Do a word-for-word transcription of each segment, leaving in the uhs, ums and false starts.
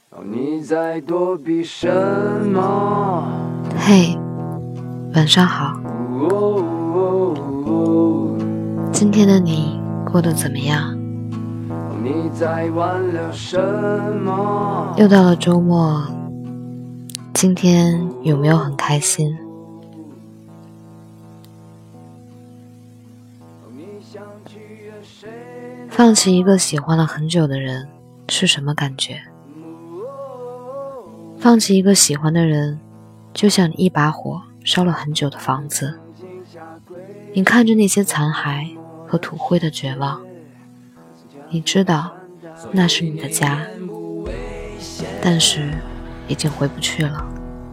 你在躲避什么？ 嘿，晚上好。今天的你过得怎么样？ 你在挽留什么？ 又到了周末，今天有没有很开心？放弃一个喜欢了很久的人是什么感觉？放弃一个喜欢的人，就像你一把火烧了很久的房子，你看着那些残骸和土灰的绝望，你知道那是你的家，但是已经回不去了。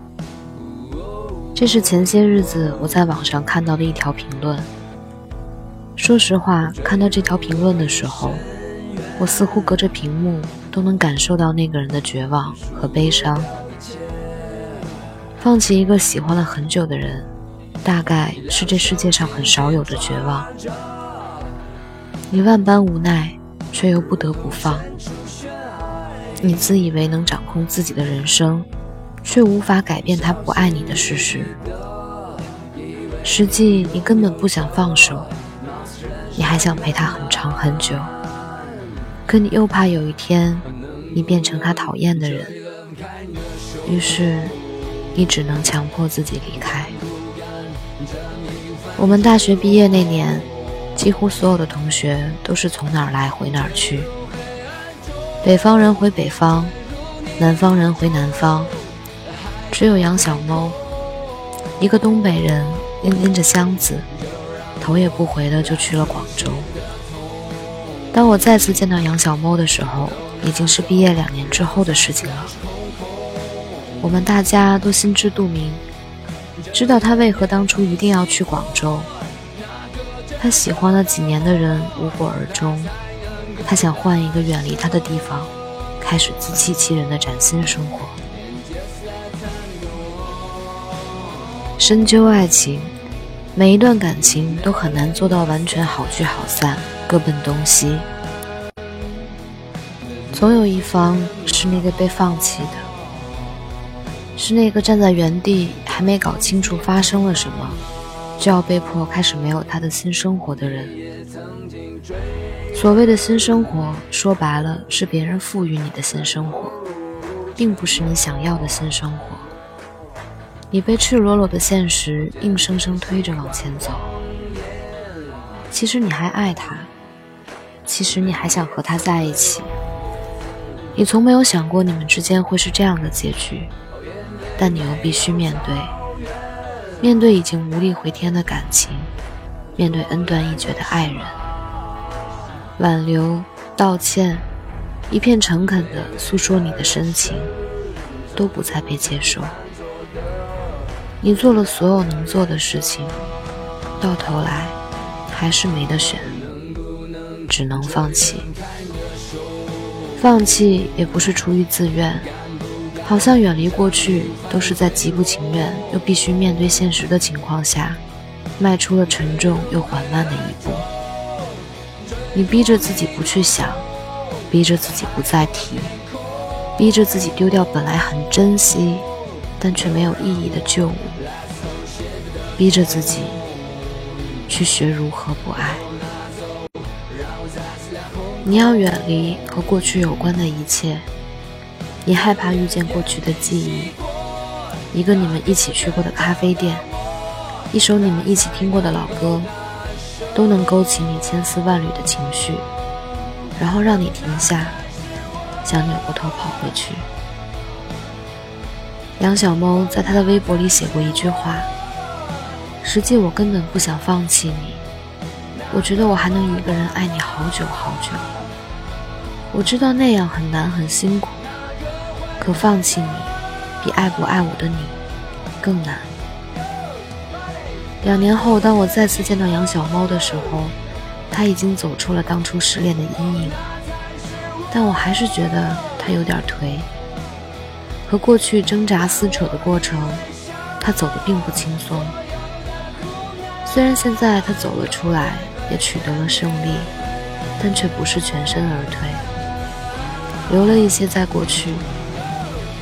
这是前些日子我在网上看到的一条评论。说实话，看到这条评论的时候，我似乎隔着屏幕都能感受到那个人的绝望和悲伤。放弃一个喜欢了很久的人，大概是这世界上很少有的绝望。你万般无奈，却又不得不放。你自以为能掌控自己的人生，却无法改变他不爱你的事实。实际你根本不想放手，你还想陪他很长很久，可你又怕有一天你变成他讨厌的人，于是你只能强迫自己离开。我们大学毕业那年，几乎所有的同学都是从哪儿来回哪儿去，北方人回北方，南方人回南方，只有杨小猫，一个东北人，拎拎着箱子，头也不回的就去了广州。当我再次见到杨小猫的时候，已经是毕业两年之后的事情了。我们大家都心知肚明，知道他为何当初一定要去广州。他喜欢了几年的人无果而终，他想换一个远离他的地方，开始自欺欺人的崭新生活。深究爱情，每一段感情都很难做到完全好聚好散，各奔东西。总有一方是那个被放弃的，是那个站在原地还没搞清楚发生了什么，就要被迫开始没有他的新生活的人。所谓的新生活，说白了是别人赋予你的新生活，并不是你想要的新生活。你被赤裸裸的现实硬生生推着往前走。其实你还爱他，其实你还想和他在一起。你从没有想过你们之间会是这样的结局，但你又必须面对，面对已经无力回天的感情，面对恩断义绝的爱人。挽留、道歉，一片诚恳地诉说你的深情，都不再被接受。你做了所有能做的事情，到头来还是没得选，只能放弃。放弃也不是出于自愿，好像远离过去都是在极不情愿又必须面对现实的情况下，迈出了沉重又缓慢的一步。你逼着自己不去想，逼着自己不再提，逼着自己丢掉本来很珍惜但却没有意义的旧物，逼着自己去学如何不爱。你要远离和过去有关的一切，你害怕遇见过去的记忆，一个你们一起去过的咖啡店，一首你们一起听过的老歌，都能勾起你千丝万缕的情绪，然后让你停下，想扭过头跑回去。杨小猫在他的微博里写过一句话，实际我根本不想放弃你，我觉得我还能一个人爱你好久好久。我知道那样很难很辛苦，可放弃你比爱不爱我的你更难。两年后，当我再次见到杨小猫的时候，他已经走出了当初失恋的阴影，但我还是觉得他有点颓。和过去挣扎撕扯的过程，他走得并不轻松。虽然现在他走了出来，也取得了胜利，但却不是全身而退，留了一些在过去，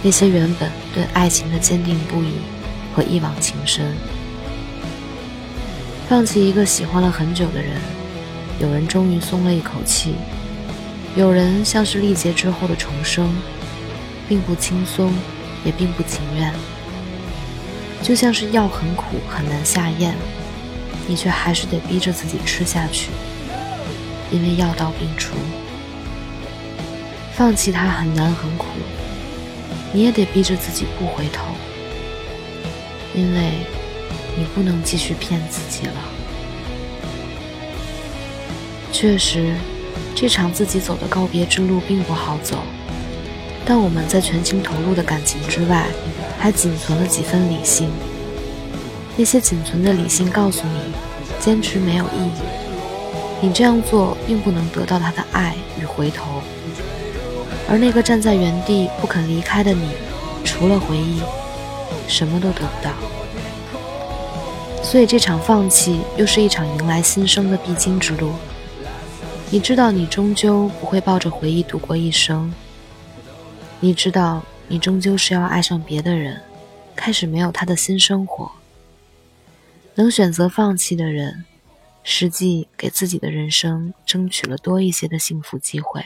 那些原本对爱情的坚定不移和一往情深。放弃一个喜欢了很久的人，有人终于松了一口气，有人像是历劫之后的重生，并不轻松，也并不情愿。就像是药很苦，很难下咽，你却还是得逼着自己吃下去，因为药到病除。放弃它很难很苦，你也得逼着自己不回头，因为你不能继续骗自己了。确实，这场自己走的告别之路并不好走，但我们在全心投入的感情之外，还仅存了几分理性。那些仅存的理性告诉你，坚持没有意义，你这样做并不能得到他的爱与回头。而那个站在原地不肯离开的你，除了回忆，什么都得不到。所以这场放弃又是一场迎来新生的必经之路。你知道你终究不会抱着回忆度过一生，你知道你终究是要爱上别的人，开始没有他的新生活。能选择放弃的人，实际给自己的人生争取了多一些的幸福机会。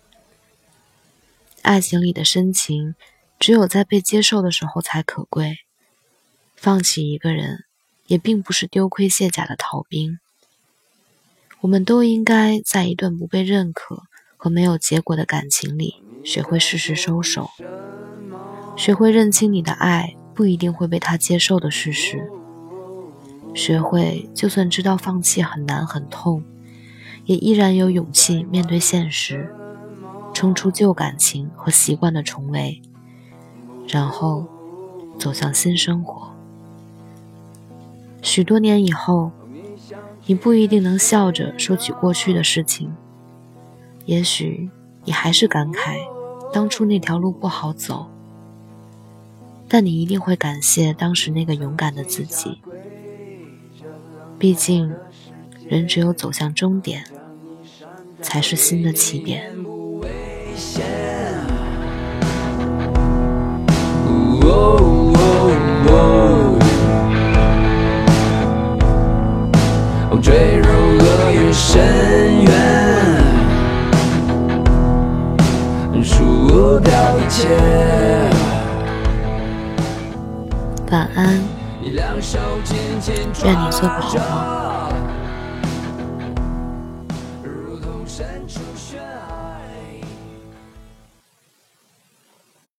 爱情里的深情，只有在被接受的时候才可贵。放弃一个人，也并不是丢盔卸甲的逃兵。我们都应该在一段不被认可和没有结果的感情里，学会适时收手，学会认清你的爱不一定会被他接受的事实，学会就算知道放弃很难很痛，也依然有勇气面对现实，冲出旧感情和习惯的重围，然后走向新生活。许多年以后，你不一定能笑着说起过去的事情，也许你还是感慨当初那条路不好走，但你一定会感谢当时那个勇敢的自己。毕竟人只有走向终点，才是新的起点。 坠入恶缘深渊，输掉一切。 晚安，愿你做个好梦。